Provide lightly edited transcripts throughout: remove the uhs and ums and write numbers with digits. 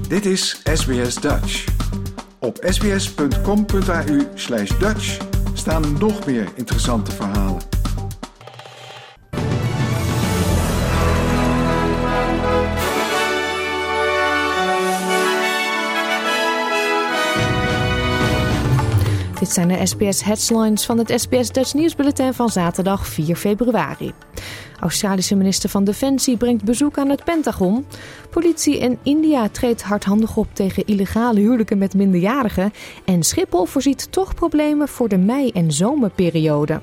Dit is SBS Dutch. Op sbs.com.au/Dutch staan nog meer interessante verhalen. Dit zijn de SBS Headlines van het SBS Dutch nieuwsbulletin van zaterdag 4 februari. Australische minister van Defensie brengt bezoek aan het Pentagon. Politie in India treedt hardhandig op tegen illegale huwelijken met minderjarigen. En Schiphol voorziet toch problemen voor de mei- en zomerperiode.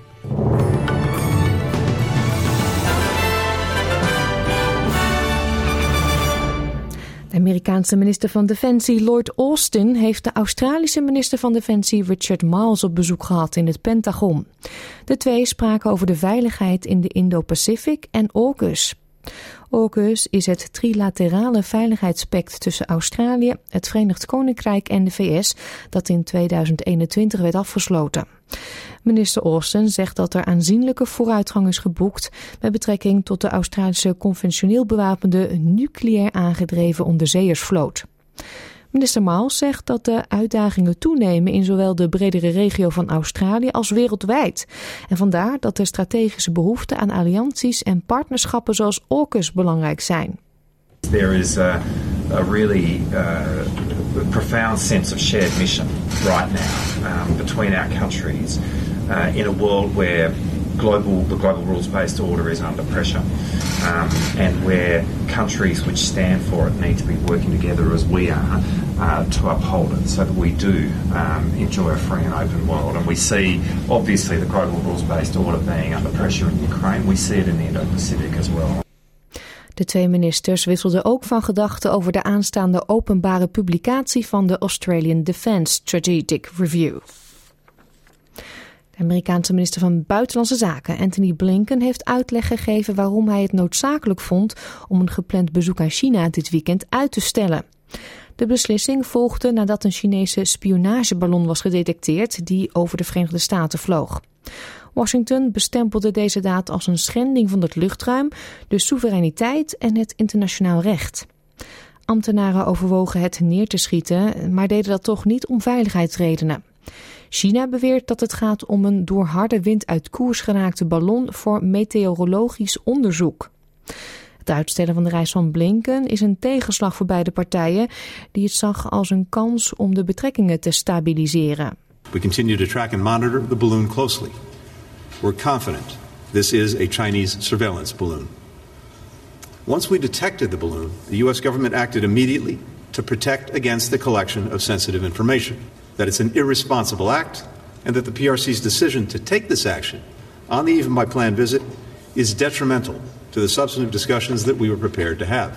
De Amerikaanse minister van Defensie Lloyd Austin heeft de Australische minister van Defensie Richard Marles op bezoek gehad in het Pentagon. De twee spraken over de veiligheid in de Indo-Pacific en AUKUS. AUKUS is het trilaterale veiligheidspact tussen Australië, het Verenigd Koninkrijk en de VS dat in 2021 werd afgesloten. Minister Austin zegt dat er aanzienlijke vooruitgang is geboekt met betrekking tot de Australische conventioneel bewapende nucleair aangedreven onderzeeërsvloot. Minister Marles zegt dat de uitdagingen toenemen in zowel de bredere regio van Australië als wereldwijd. En vandaar dat de strategische behoefte aan allianties en partnerschappen zoals AUKUS belangrijk zijn. There is a really profound sense of shared mission right now between our countries in a world where the global rules-based order is under pressure and where countries which stand for it need to be working together as we are to uphold it so that we do enjoy a free and open world. And we see, obviously, the global rules-based order being under pressure in Ukraine. We see it in the Indo-Pacific as well. De twee ministers wisselden ook van gedachten over de aanstaande openbare publicatie van de Australian Defence Strategic Review. De Amerikaanse minister van Buitenlandse Zaken Antony Blinken heeft uitleg gegeven waarom hij het noodzakelijk vond om een gepland bezoek aan China dit weekend uit te stellen. De beslissing volgde nadat een Chinese spionageballon was gedetecteerd die over de Verenigde Staten vloog. Washington bestempelde deze daad als een schending van het luchtruim, de soevereiniteit en het internationaal recht. Ambtenaren overwogen het neer te schieten, maar deden dat toch niet om veiligheidsredenen. China beweert dat het gaat om een door harde wind uit koers geraakte ballon voor meteorologisch onderzoek. Het uitstellen van de reis van Blinken is een tegenslag voor beide partijen die het zag als een kans om de betrekkingen te stabiliseren. We continue to track and monitor the balloon closely. We're confident this is a Chinese surveillance balloon. Once we detected the balloon, the U.S. government acted immediately to protect against the collection of sensitive information. That it's an irresponsible act and that the PRC's decision to take this action on the eve of my planned visit is detrimental to the substantive discussions that we were prepared to have.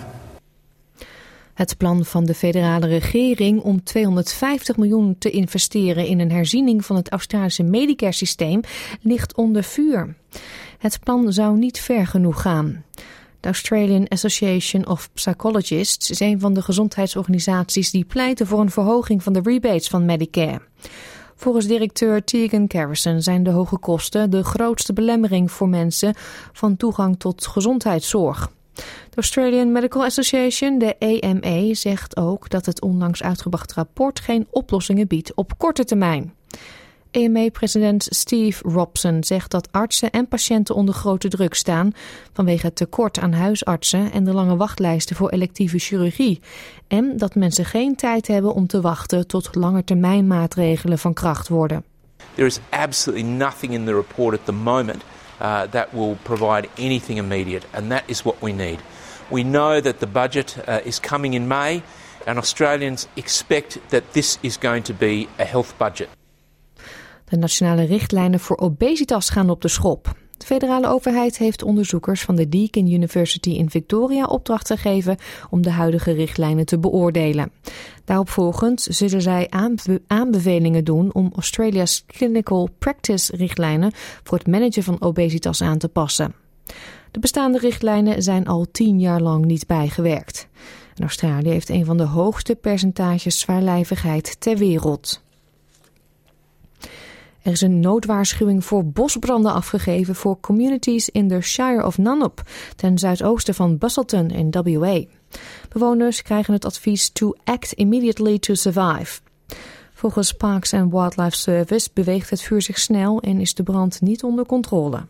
Het plan van de federale regering om 250 miljoen te investeren in een herziening van het Australische Medicare-systeem ligt onder vuur. Het plan zou niet ver genoeg gaan. De Australian Association of Psychologists is een van de gezondheidsorganisaties die pleiten voor een verhoging van de rebates van Medicare. Volgens directeur Tegan Carrison zijn de hoge kosten de grootste belemmering voor mensen van toegang tot gezondheidszorg. De Australian Medical Association, de AMA, zegt ook dat het onlangs uitgebrachte rapport geen oplossingen biedt op korte termijn. AMA-president Steve Robson zegt dat artsen en patiënten onder grote druk staan vanwege het tekort aan huisartsen en de lange wachtlijsten voor electieve chirurgie. En dat mensen geen tijd hebben om te wachten tot langetermijnmaatregelen van kracht worden. There is absolutely nothing in the report at the moment that will provide anything immediate, and that is what we need. We know that the budget is coming in May, and Australians expect that this is going to be a health budget. De nationale richtlijnen voor obesitas gaan op de schop. De federale overheid heeft onderzoekers van de Deakin University in Victoria opdracht gegeven om de huidige richtlijnen te beoordelen. Daaropvolgend zullen zij aanbevelingen doen om Australia's Clinical Practice richtlijnen voor het managen van obesitas aan te passen. De bestaande richtlijnen zijn al 10 jaar lang niet bijgewerkt. En Australië heeft een van de hoogste percentages zwaarlijvigheid ter wereld. Er is een noodwaarschuwing voor bosbranden afgegeven voor communities in de Shire of Nanop, ten zuidoosten van Busselton in WA. Bewoners krijgen het advies to act immediately to survive. Volgens Parks and Wildlife Service beweegt het vuur zich snel en is de brand niet onder controle.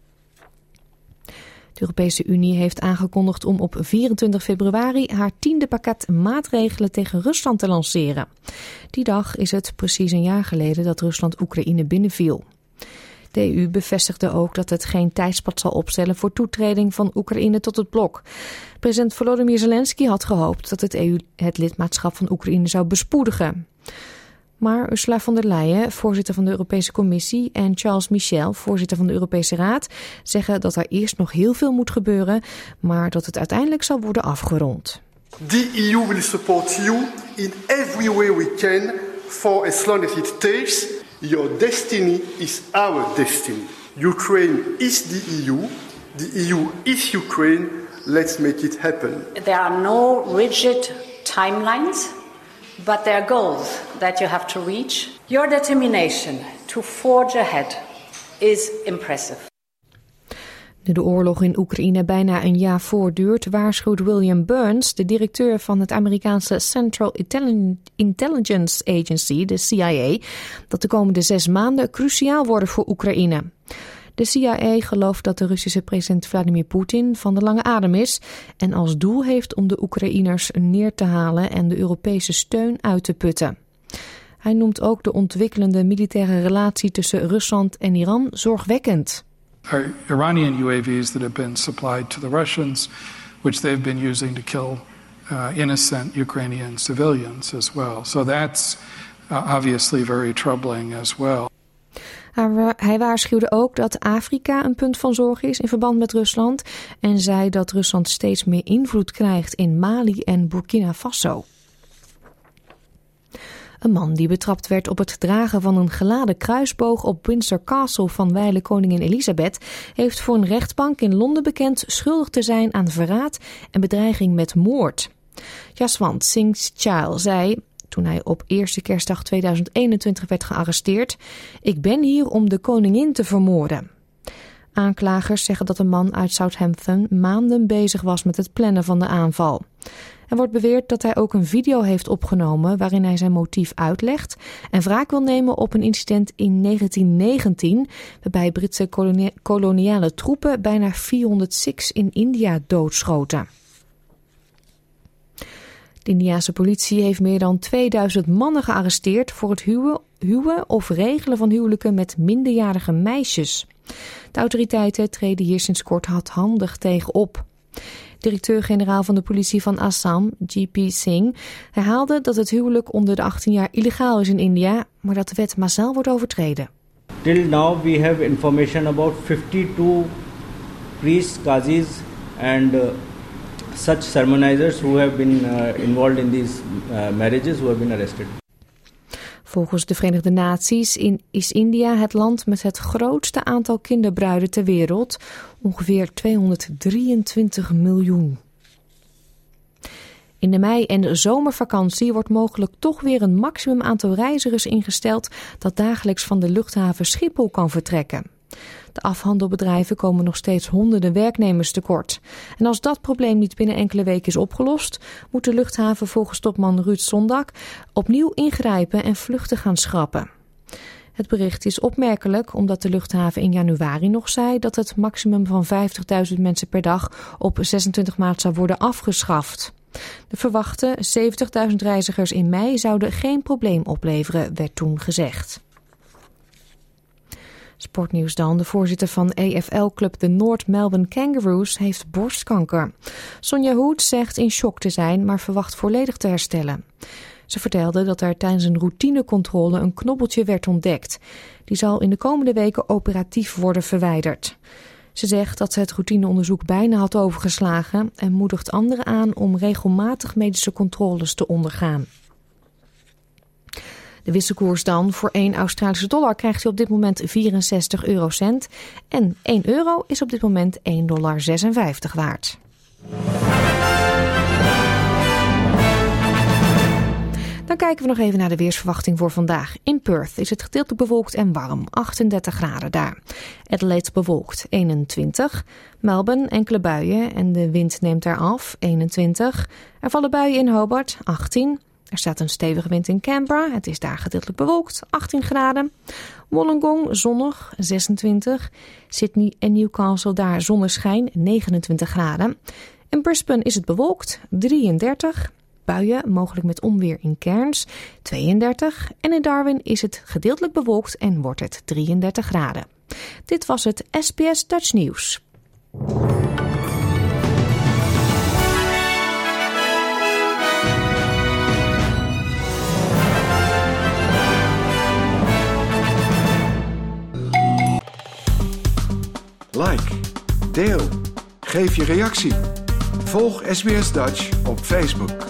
De Europese Unie heeft aangekondigd om op 24 februari haar 10e pakket maatregelen tegen Rusland te lanceren. Die dag is het precies een jaar geleden dat Rusland Oekraïne binnenviel. De EU bevestigde ook dat het geen tijdspad zal opstellen voor toetreding van Oekraïne tot het blok. President Volodymyr Zelensky had gehoopt dat het EU het lidmaatschap van Oekraïne zou bespoedigen. Maar Ursula von der Leyen, voorzitter van de Europese Commissie, en Charles Michel, voorzitter van de Europese Raad, zeggen dat er eerst nog heel veel moet gebeuren, maar dat het uiteindelijk zal worden afgerond. The EU will support you in every way we can for as long as it takes. Your destiny is our destiny. Ukraine is the EU. The EU is Ukraine. Let's make it happen. There are no rigid timelines, but there are goals that you have to reach. Your determination to forge ahead is impressive. Nu de oorlog in Oekraïne bijna een jaar voortduurt, waarschuwt William Burns, de directeur van het Amerikaanse Central Intelligence Agency, de CIA, dat de komende 6 maanden cruciaal worden voor Oekraïne. De CIA gelooft dat de Russische president Vladimir Poetin van de lange adem is en als doel heeft om de Oekraïners neer te halen en de Europese steun uit te putten. Hij noemt ook de ontwikkelende militaire relatie tussen Rusland en Iran zorgwekkend. Iranian UAVs that have been supplied to the Russians, which they've been using to kill innocent Ukrainian civilians as well. So that's obviously very troubling as well. Hij waarschuwde ook dat Afrika een punt van zorg is in verband met Rusland en zei dat Rusland steeds meer invloed krijgt in Mali en Burkina Faso. Een man die betrapt werd op het dragen van een geladen kruisboog op Windsor Castle van wijle koningin Elizabeth heeft voor een rechtbank in Londen bekend schuldig te zijn aan verraad en bedreiging met moord. Jaswant Singh Chahal zei, toen hij op eerste kerstdag 2021 werd gearresteerd, ik ben hier om de koningin te vermoorden. Aanklagers zeggen dat de man uit Southampton maanden bezig was met het plannen van de aanval. Er wordt beweerd dat hij ook een video heeft opgenomen waarin hij zijn motief uitlegt en wraak wil nemen op een incident in 1919 waarbij Britse koloniale troepen bijna 400 Sikhs in India doodschoten. De Indiase politie heeft meer dan 2000 mannen gearresteerd voor het huwen of regelen van huwelijken met minderjarige meisjes. De autoriteiten treden hier sinds kort hardhandig tegen op. Directeur-generaal van de politie van Assam, G.P. Singh, herhaalde dat het huwelijk onder de 18 jaar illegaal is in India, maar dat de wet massaal wordt overtreden. Till now we have information about 52 priests, qazis and such sermonizers who have been involved in these marriages who have been arrested. Volgens de Verenigde Naties is India het land met het grootste aantal kinderbruiden ter wereld, ongeveer 223 miljoen. In de mei- en zomervakantie wordt mogelijk toch weer een maximum aantal reizigers ingesteld dat dagelijks van de luchthaven Schiphol kan vertrekken. De afhandelbedrijven komen nog steeds honderden werknemers tekort. En als dat probleem niet binnen enkele weken is opgelost, moet de luchthaven volgens topman Ruud Sondag opnieuw ingrijpen en vluchten gaan schrappen. Het bericht is opmerkelijk omdat de luchthaven in januari nog zei dat het maximum van 50.000 mensen per dag op 26 maart zou worden afgeschaft. De verwachte 70.000 reizigers in mei zouden geen probleem opleveren, werd toen gezegd. Sportnieuws dan. De voorzitter van AFL-club de North Melbourne Kangaroos heeft borstkanker. Sonja Hoed zegt in shock te zijn, maar verwacht volledig te herstellen. Ze vertelde dat er tijdens een routinecontrole een knobbeltje werd ontdekt. Die zal in de komende weken operatief worden verwijderd. Ze zegt dat ze het routineonderzoek bijna had overgeslagen en moedigt anderen aan om regelmatig medische controles te ondergaan. De wisselkoers dan. Voor 1 Australische dollar krijgt u op dit moment 64 eurocent. En 1 euro is op dit moment 1,56 dollar waard. Dan kijken kijken we nog even naar de weersverwachting voor vandaag. In Perth is het gedeeltelijk bewolkt en warm, 38 graden daar. Adelaide bewolkt, 21. Melbourne enkele buien en de wind neemt daar af, 21. Er vallen buien in Hobart, 18. Er staat een stevige wind in Canberra, het is daar gedeeltelijk bewolkt, 18 graden. Wollongong zonnig, 26. Sydney en Newcastle daar zonneschijn, 29 graden. In Brisbane is het bewolkt, 33. Buien, mogelijk met onweer in Cairns, 32. En in Darwin is het gedeeltelijk bewolkt en wordt het 33 graden. Dit was het SBS Dutch Nieuws. Like, deel, geef je reactie. Volg SBS Dutch op Facebook.